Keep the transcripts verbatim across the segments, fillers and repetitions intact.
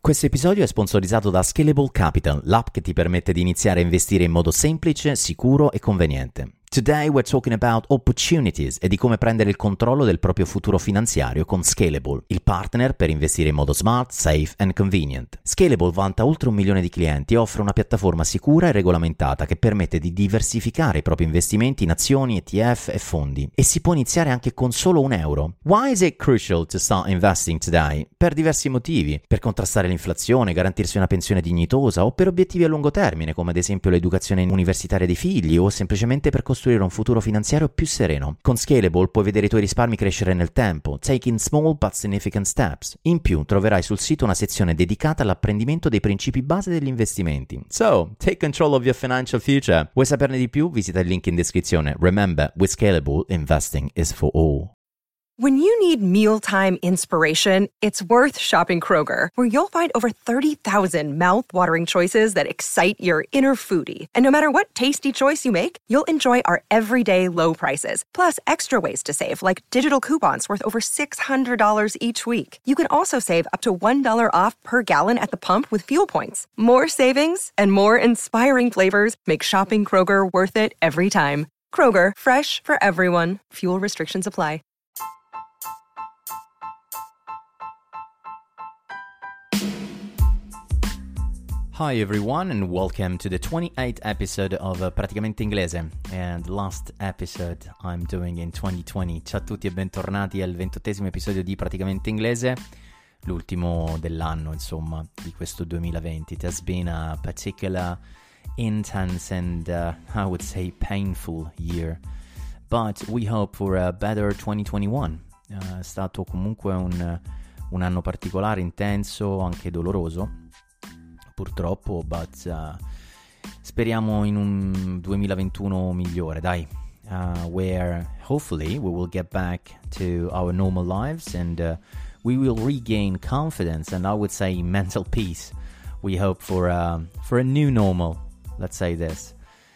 Questo episodio è sponsorizzato da Scalable Capital, l'app che ti permette di iniziare a investire in modo semplice, sicuro e conveniente. Today we're talking about opportunities e di come prendere il controllo del proprio futuro finanziario con Scalable, il partner per investire in modo smart, safe and convenient. Scalable vanta oltre un milione di clienti e offre una piattaforma sicura e regolamentata che permette di diversificare i propri investimenti in azioni, E T F e fondi. E si può iniziare anche con solo un euro. Why is it crucial to start investing today? Per diversi motivi. Per contrastare l'inflazione, garantirsi una pensione dignitosa o per obiettivi a lungo termine, come ad esempio l'educazione universitaria dei figli o semplicemente per costruire un futuro finanziario più sereno. Con Scalable puoi vedere i tuoi risparmi crescere nel tempo, taking small but significant steps. In più troverai sul sito una sezione dedicata all'apprendimento dei principi base degli investimenti. So, take control of your financial future. Vuoi saperne di più? Visita il link in descrizione. Remember, with Scalable, investing is for all. When you need mealtime inspiration, it's worth shopping Kroger, where you'll find over thirty thousand mouth-watering choices that excite your inner foodie. And no matter what tasty choice you make, you'll enjoy our everyday low prices, plus extra ways to save, like digital coupons worth over six hundred dollars each week. You can also save up to one dollar off per gallon at the pump with fuel points. More savings and more inspiring flavors make shopping Kroger worth it every time. Kroger, fresh for everyone. Fuel restrictions apply. Hi everyone and welcome to the twenty-eighth episode of uh, Praticamente Inglese and last episode I'm doing in twenty twenty. Ciao a tutti e bentornati al ventottesimo episodio di Praticamente Inglese, l'ultimo dell'anno insomma di questo duemilaventi. It has been a particular intense and uh, I would say painful year, but we hope for a better twenty twenty-one. Uh, è stato comunque un, un anno particolare, intenso, anche doloroso purtroppo, but uh, speriamo in un duemilaventuno migliore, dai, uh, where hopefully we will get back to our normal lives and uh, we will regain confidence and I would say mental peace. We hope for uh, for a new normal, let's say this.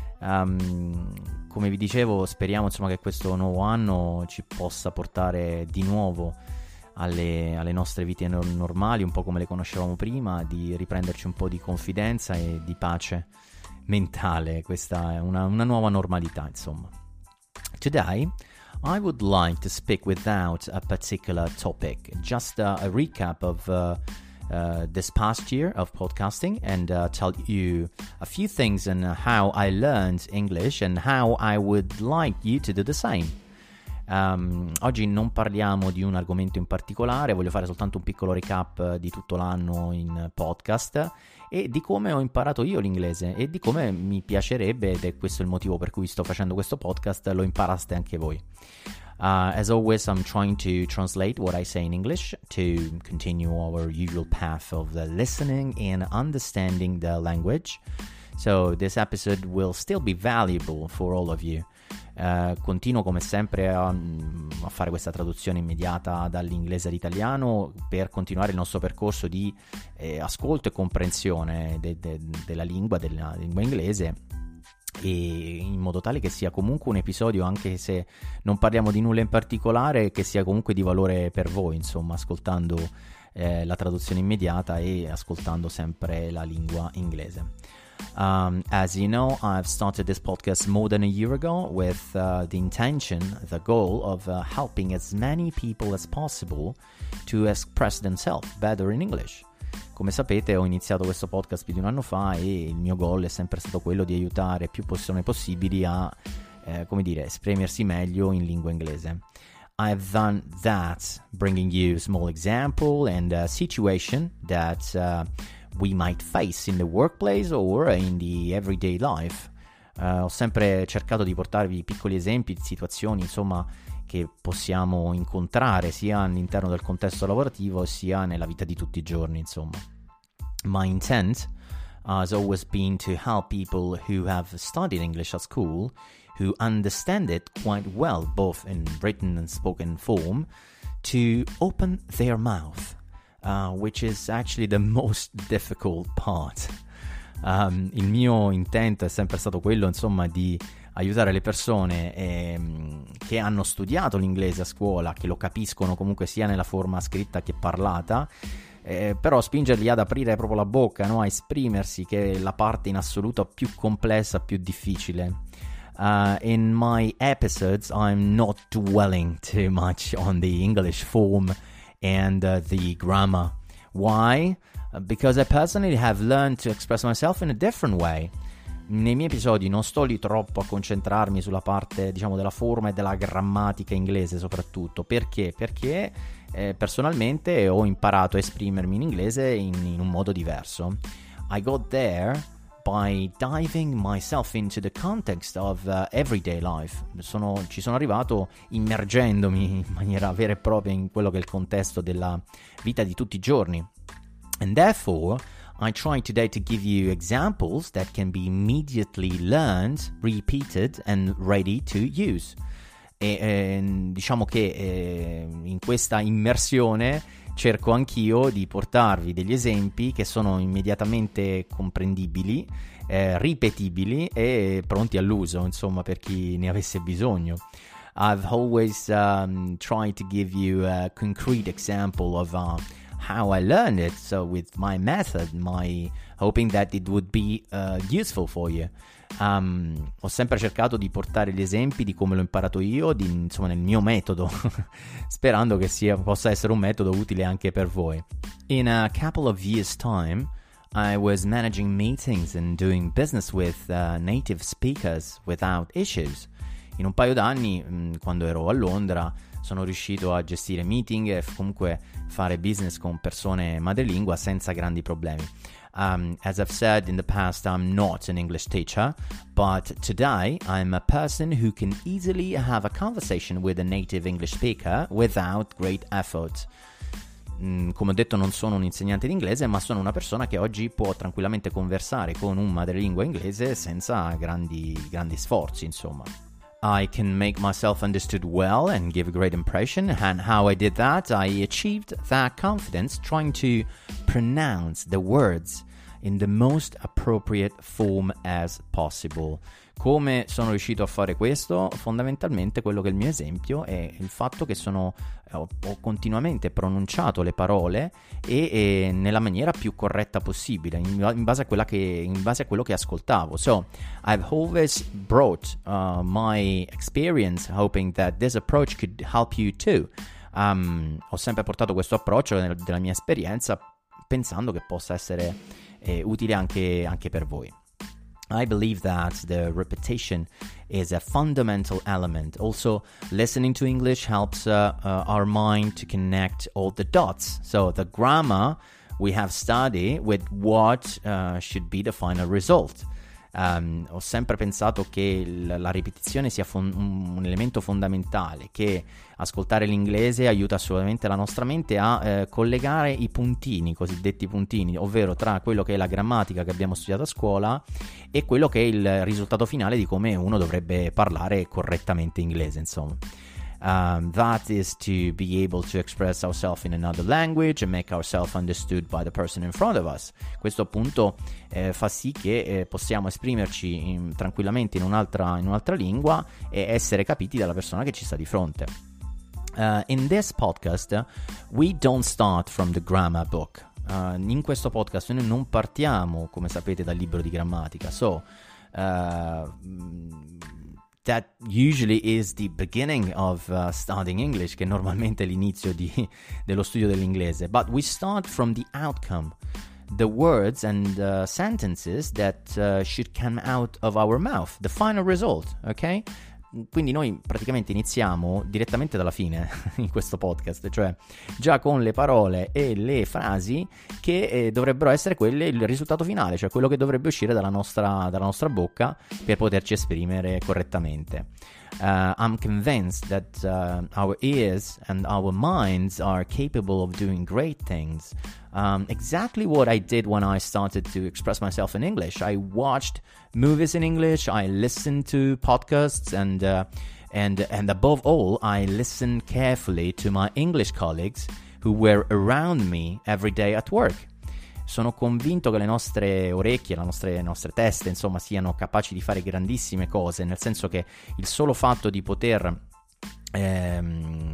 Um, come vi dicevo, speriamo insomma che questo nuovo anno ci possa portare di nuovo Alle, alle nostre vite normali, un po' come le conoscevamo prima, di riprenderci un po' di confidenza e di pace mentale. Questa è una, una nuova normalità, insomma. Today, I would like to speak without a particular topic, just uh, a recap of uh, uh, this past year of podcasting and uh, tell you a few things on how I learned English and how I would like you to do the same. Um, oggi non parliamo di un argomento in particolare, voglio fare soltanto un piccolo recap di tutto l'anno in podcast e di come ho imparato io l'inglese e di come mi piacerebbe, ed è questo il motivo per cui sto facendo questo podcast, lo imparaste anche voi. Uh, as always, I'm trying to translate what I say in English to continue our usual path of the listening and understanding the language. So this episode will still be valuable for all of you. Uh, continuo come sempre a, a fare questa traduzione immediata dall'inglese all'italiano per continuare il nostro percorso di eh, ascolto e comprensione de, de, della lingua, della lingua inglese, e in modo tale che sia comunque un episodio, anche se non parliamo di nulla in particolare, che sia comunque di valore per voi, insomma, ascoltando eh, la traduzione immediata e ascoltando sempre la lingua inglese. Um, as you know, I've started this podcast more than a year ago with uh, the intention, the goal of uh, helping as many people as possible to express themselves better in English. Come sapete, ho iniziato questo podcast più di un anno fa e il mio goal è sempre stato quello di aiutare più persone possibili a, eh, come dire, esprimersi meglio in lingua inglese. I've done that, bringing you a small example and a situation that uh, we might face in the workplace or in the everyday life. Uh, ho sempre cercato di portarvi piccoli esempi di situazioni, insomma, che possiamo incontrare sia all'interno del contesto lavorativo sia nella vita di tutti i giorni, insomma. My intent has always been to help people who have studied English at school, who understand it quite well, both in written and spoken form, to open their mouth. Uh, which is actually the most difficult part. Um, il mio intento è sempre stato quello, insomma, di aiutare le persone ehm, che hanno studiato l'inglese a scuola, che lo capiscono comunque sia nella forma scritta che parlata, eh, però spingerli ad aprire proprio la bocca, no? A esprimersi, che è la parte in assoluto più complessa, più difficile. Uh, in my episodes, I'm not dwelling too much on the English form and uh, the grammar. Why? Uh, because I personally have learned to express myself in a different way. Nei miei episodi non sto lì troppo a concentrarmi sulla parte, diciamo, della forma e della grammatica inglese soprattutto. Perché? Perché eh, personalmente ho imparato a esprimermi in inglese in, in un modo diverso. I got there by diving myself into the context of uh, everyday life. Sono, ci sono arrivato immergendomi in maniera vera e propria in quello che è il contesto della vita di tutti i giorni. And therefore, I try today to give you examples that can be immediately learned, repeated and ready to use. E eh, diciamo che eh, in questa immersione cerco anch'io di portarvi degli esempi che sono immediatamente comprendibili, eh, ripetibili e pronti all'uso, insomma, per chi ne avesse bisogno. I've always um, tried to give you a concrete example of uh, how I learned it, so with my method, my hoping that it would be uh, useful for you. Um, ho sempre cercato di portare gli esempi di come l'ho imparato io, di, insomma, nel mio metodo, sperando che sia, possa essere un metodo utile anche per voi. In a couple of years' time, I was managing meetings and doing business with uh, native speakers without issues. In un paio d'anni, mh, quando ero a Londra, sono riuscito a gestire meeting e comunque fare business con persone madrelingua senza grandi problemi. Um, as I've said in the past, I'm not an English teacher, but today I'm a person who can easily have a conversation with a native English speaker without great effort. Mm, come ho detto, non sono un insegnante di inglese, ma sono una persona che oggi può tranquillamente conversare con un madrelingua inglese senza grandi, grandi sforzi, insomma. I can make myself understood well and give a great impression, and how I did that, I achieved that confidence trying to pronounce the words in the most appropriate form as possible. Come sono riuscito a fare questo? Fondamentalmente quello che è il mio esempio è il fatto che sono ho, ho continuamente pronunciato le parole e, e nella maniera più corretta possibile, in, in base a quella che in base a quello che ascoltavo. So I've always brought uh, my experience hoping that this approach could help you too. Um, ho sempre portato questo approccio nel, della mia esperienza pensando che possa essere eh, utile anche, anche per voi. I believe that the repetition is a fundamental element. Also, listening to English helps uh, uh, our mind to connect all the dots. So the grammar we have studied with what uh, should be the final result. Um, ho sempre pensato che l- la ripetizione sia fon- un elemento fondamentale, che ascoltare l'inglese aiuta assolutamente la nostra mente a eh, collegare i puntini, i cosiddetti puntini, ovvero tra quello che è la grammatica che abbiamo studiato a scuola e quello che è il risultato finale di come uno dovrebbe parlare correttamente inglese, insomma. Um, that is to be able to express ourselves in another language and make ourselves understood by the person in front of us. Questo appunto eh, fa sì che eh, possiamo esprimerci in, tranquillamente in un'altra, in un'altra lingua e essere capiti dalla persona che ci sta di fronte. Uh, in this podcast, we don't start from the grammar book. Uh, in questo podcast noi non partiamo, come sapete, dal libro di grammatica. So, uh, that usually is the beginning of uh, studying English, che normalmente è l'inizio di, dello studio dell'inglese. But we start from the outcome, the words and uh, sentences that uh, should come out of our mouth, the final result, ok? Quindi noi praticamente iniziamo direttamente dalla fine in questo podcast, cioè già con le parole e le frasi che eh, dovrebbero essere quelle il risultato finale, cioè quello che dovrebbe uscire dalla nostra, dalla nostra bocca per poterci esprimere correttamente. Uh, I'm convinced that uh, our ears and our minds are capable of doing great things. Um, exactly what I did when I started to express myself in English. I watched movies in English, I listened to podcasts, and uh, and and above all, I listened carefully to my English colleagues who were around me every day at work. Sono convinto che le nostre orecchie, le nostre, le nostre teste, insomma, siano capaci di fare grandissime cose, nel senso che il solo fatto di poter ehm,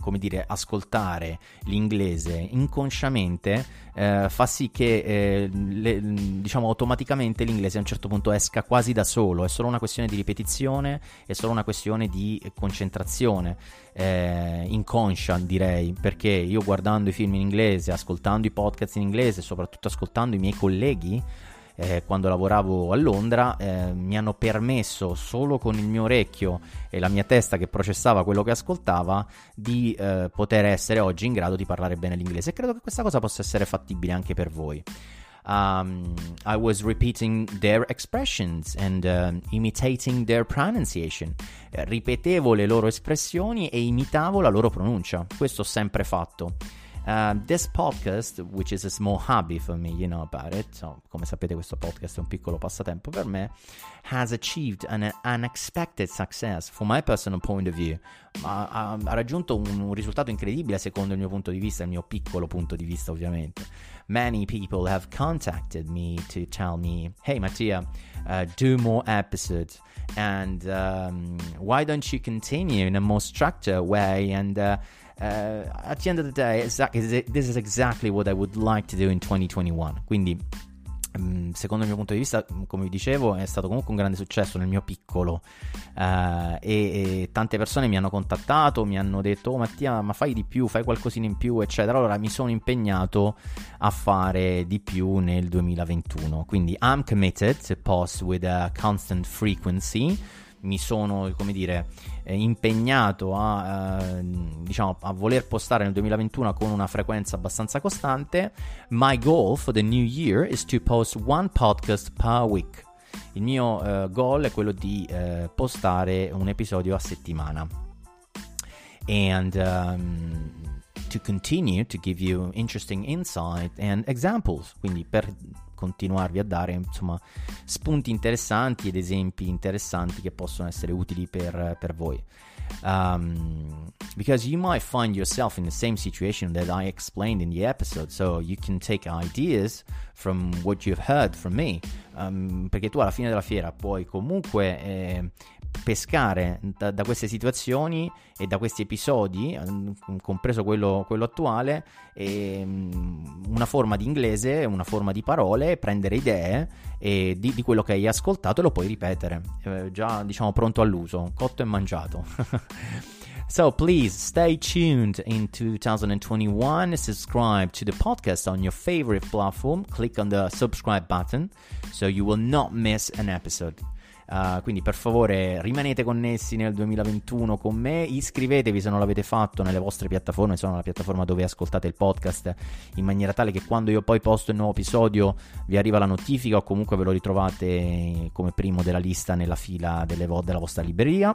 come dire, ascoltare l'inglese inconsciamente eh, fa sì che eh, le, diciamo automaticamente l'inglese a un certo punto esca quasi da solo. È solo una questione di ripetizione, è solo una questione di concentrazione eh, inconscia, direi, perché io guardando i film in inglese, ascoltando i podcast in inglese, soprattutto ascoltando i miei colleghi Eh, quando lavoravo a Londra, eh, mi hanno permesso, solo con il mio orecchio e la mia testa che processava quello che ascoltava, di eh, poter essere oggi in grado di parlare bene l'inglese, e credo che questa cosa possa essere fattibile anche per voi. Um, I was repeating their expressions and uh, imitating their pronunciation. Eh, ripetevo le loro espressioni e imitavo la loro pronuncia. Questo ho sempre fatto. Uh, this podcast, which is a small hobby for me, you know about it, so, come sapete questo podcast è un piccolo passatempo per me, has achieved an unexpected success from my personal point of view. Ha, ha, ha raggiunto un, un risultato incredibile secondo il mio punto di vista, il mio piccolo punto di vista ovviamente. Many people have contacted me to tell me, hey Mattia, uh, do more episodes, and um, why don't you continue in a more structured way, and uh, Uh, at the end of the day, this is exactly what I would like to do in twenty twenty-one. Quindi, um, secondo il mio punto di vista, come vi dicevo, è stato comunque un grande successo nel mio piccolo. Uh, e, e tante persone mi hanno contattato, mi hanno detto: oh Mattia, ma fai di più, fai qualcosina in più, eccetera. Allora mi sono impegnato a fare di più nel duemilaventuno. Quindi, I'm committed to post with a constant frequency. Mi sono, come dire, eh, impegnato a, eh, diciamo, a voler postare nel duemilaventuno con una frequenza abbastanza costante. My goal for the new year is to post one podcast per week. Il mio eh, goal è quello di eh, postare un episodio a settimana. And um, to continue to give you interesting insight and examples. Quindi per continuarvi a dare, insomma, spunti interessanti ed esempi interessanti che possono essere utili per, per voi. Um, because you might find yourself in the same situation that I explained in the episode, so you can take ideas from what you've heard from me. Um, perché tu alla fine della fiera puoi comunque eh, pescare da, da queste situazioni e da questi episodi, compreso quello, quello attuale, e, um, una forma di inglese, una forma di parole, prendere idee e di, di quello che hai ascoltato e lo puoi ripetere, eh, già diciamo pronto all'uso, cotto e mangiato. So please stay tuned in twenty twenty-one, subscribe to the podcast on your favorite platform, click on the subscribe button so you will not miss an episode. Uh, quindi per favore rimanete connessi nel duemilaventuno con me, iscrivetevi se non l'avete fatto nelle vostre piattaforme, insomma la piattaforma dove ascoltate il podcast, in maniera tale che quando io poi posto il nuovo episodio vi arriva la notifica o comunque ve lo ritrovate come primo della lista nella fila delle vo- della vostra libreria.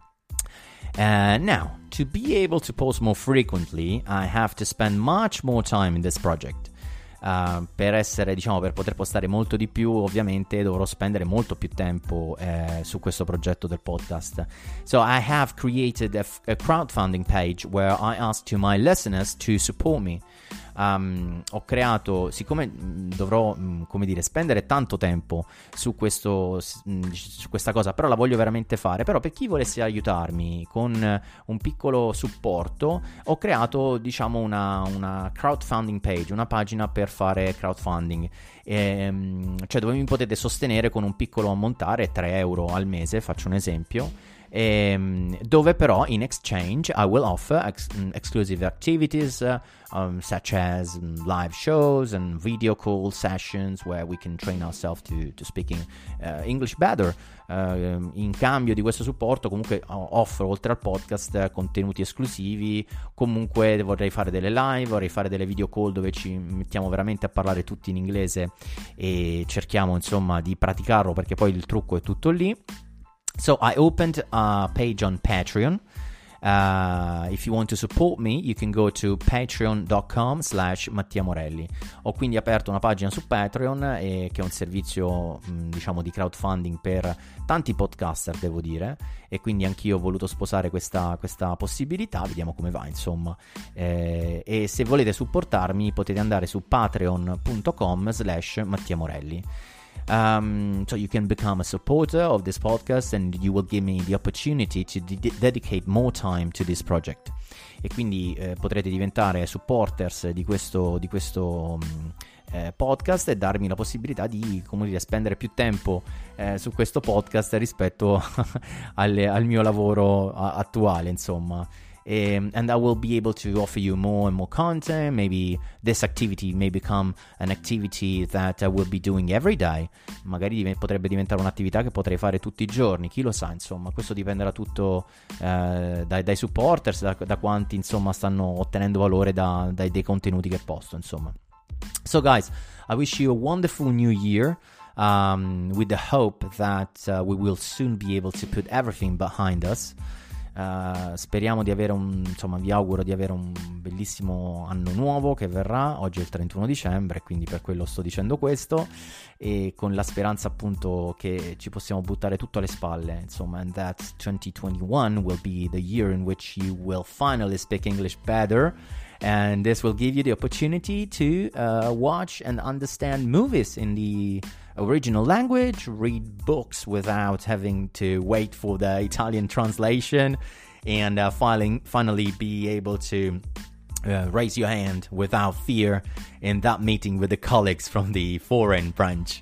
Uh, now, to be able to post more frequently, I have to spend much more time in this project. Uh, per essere, diciamo, per poter postare molto di più, ovviamente dovrò spendere molto più tempo eh, su questo progetto del podcast. So I have created a, f- a crowdfunding page where I ask to my listeners to support me. Um, ho creato, siccome dovrò, come dire, spendere tanto tempo su questo, su questa cosa, però la voglio veramente fare, però per chi volesse aiutarmi con un piccolo supporto, ho creato, diciamo, una, una crowdfunding page, una pagina per fare crowdfunding, e, cioè dove mi potete sostenere con un piccolo ammontare, tre euro al mese, faccio un esempio. Um, dove però in exchange I will offer ex- exclusive activities uh, um, such as um, live shows and video call sessions where we can train ourselves to, to speaking uh, English better. Uh, in cambio di questo supporto comunque offro, oltre al podcast, contenuti esclusivi. Comunque vorrei fare delle live, vorrei fare delle video call dove ci mettiamo veramente a parlare tutti in inglese e cerchiamo insomma di praticarlo, perché poi il trucco è tutto lì. So I opened a page on Patreon. Uh, if you want to support me, you can go to patreon.com slash Mattia Morelli. Ho quindi aperto una pagina su Patreon, eh, che è un servizio, mh, diciamo, di crowdfunding per tanti podcaster, devo dire, e quindi anch'io ho voluto sposare questa, questa possibilità. Vediamo come va, insomma. Eh, e se volete supportarmi potete andare su patreon.com slash Mattia Morelli. Um, so you can become a supporter of this podcast and you will give me the opportunity to de- dedicate more time to this project. E quindi eh, potrete diventare supporters di questo, di questo um, eh, podcast e darmi la possibilità di, come dire, spendere più tempo eh, su questo podcast rispetto al, al mio lavoro a- attuale, insomma. Um, and I will be able to offer you more and more content. Maybe this activity may become an activity that I will be doing every day. Magari div- potrebbe diventare un'attività che potrei fare tutti i giorni, chi lo sa, insomma. Questo dipenderà tutto eh, dai, dai supporters, da, da quanti insomma stanno ottenendo valore da, dai, dai contenuti che posto, insomma. So guys, I wish you a wonderful new year. Um, with the hope that uh, we will soon be able to put everything behind us. Uh, speriamo di avere un, insomma vi auguro di avere un bellissimo anno nuovo che verrà. Oggi è il trentuno dicembre, quindi per quello sto dicendo questo, e con la speranza appunto che ci possiamo buttare tutto alle spalle, insomma, and that twenty twenty-one will be the year in which you will finally speak English better, and this will give you the opportunity to uh, watch and understand movies in the original language, read books without having to wait for the Italian translation, and uh, filing, finally be able to uh, raise your hand without fear in that meeting with the colleagues from the foreign branch.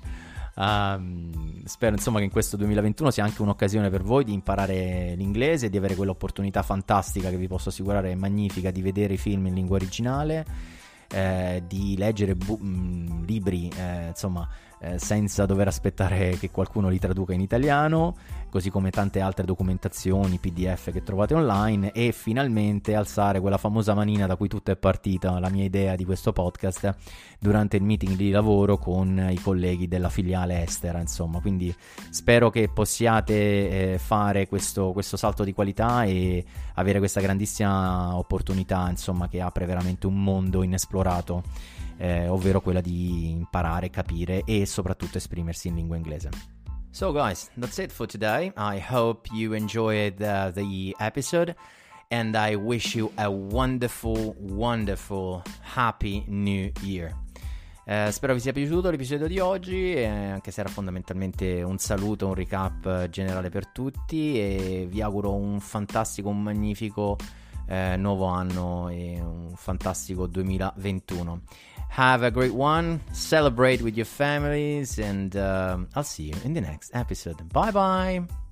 Um, spero insomma che in questo duemilaventuno sia anche un'occasione per voi di imparare l'inglese e di avere quell'opportunità fantastica che vi posso assicurare è magnifica di vedere i film in lingua originale, eh, di leggere bu- mh, libri eh, insomma eh, senza dover aspettare che qualcuno li traduca in italiano, così come tante altre documentazioni, P D F che trovate online, e finalmente alzare quella famosa manina da cui tutto è partita, la mia idea di questo podcast, durante il meeting di lavoro con i colleghi della filiale estera, insomma. Quindi spero che possiate eh, fare questo, questo salto di qualità e avere questa grandissima opportunità, insomma, che apre veramente un mondo inesplorato, eh, ovvero quella di imparare, capire e soprattutto esprimersi in lingua inglese. So guys, that's it for today. I hope you enjoyed uh, the episode, and I wish you a wonderful, wonderful, happy new year. Eh, spero vi sia piaciuto l'episodio di oggi, eh, anche se era fondamentalmente un saluto, un recap generale per tutti, e vi auguro un fantastico, un magnifico eh, nuovo anno e un fantastico duemilaventuno. Have a great one, celebrate with your families, and uh, I'll see you in the next episode. Bye bye!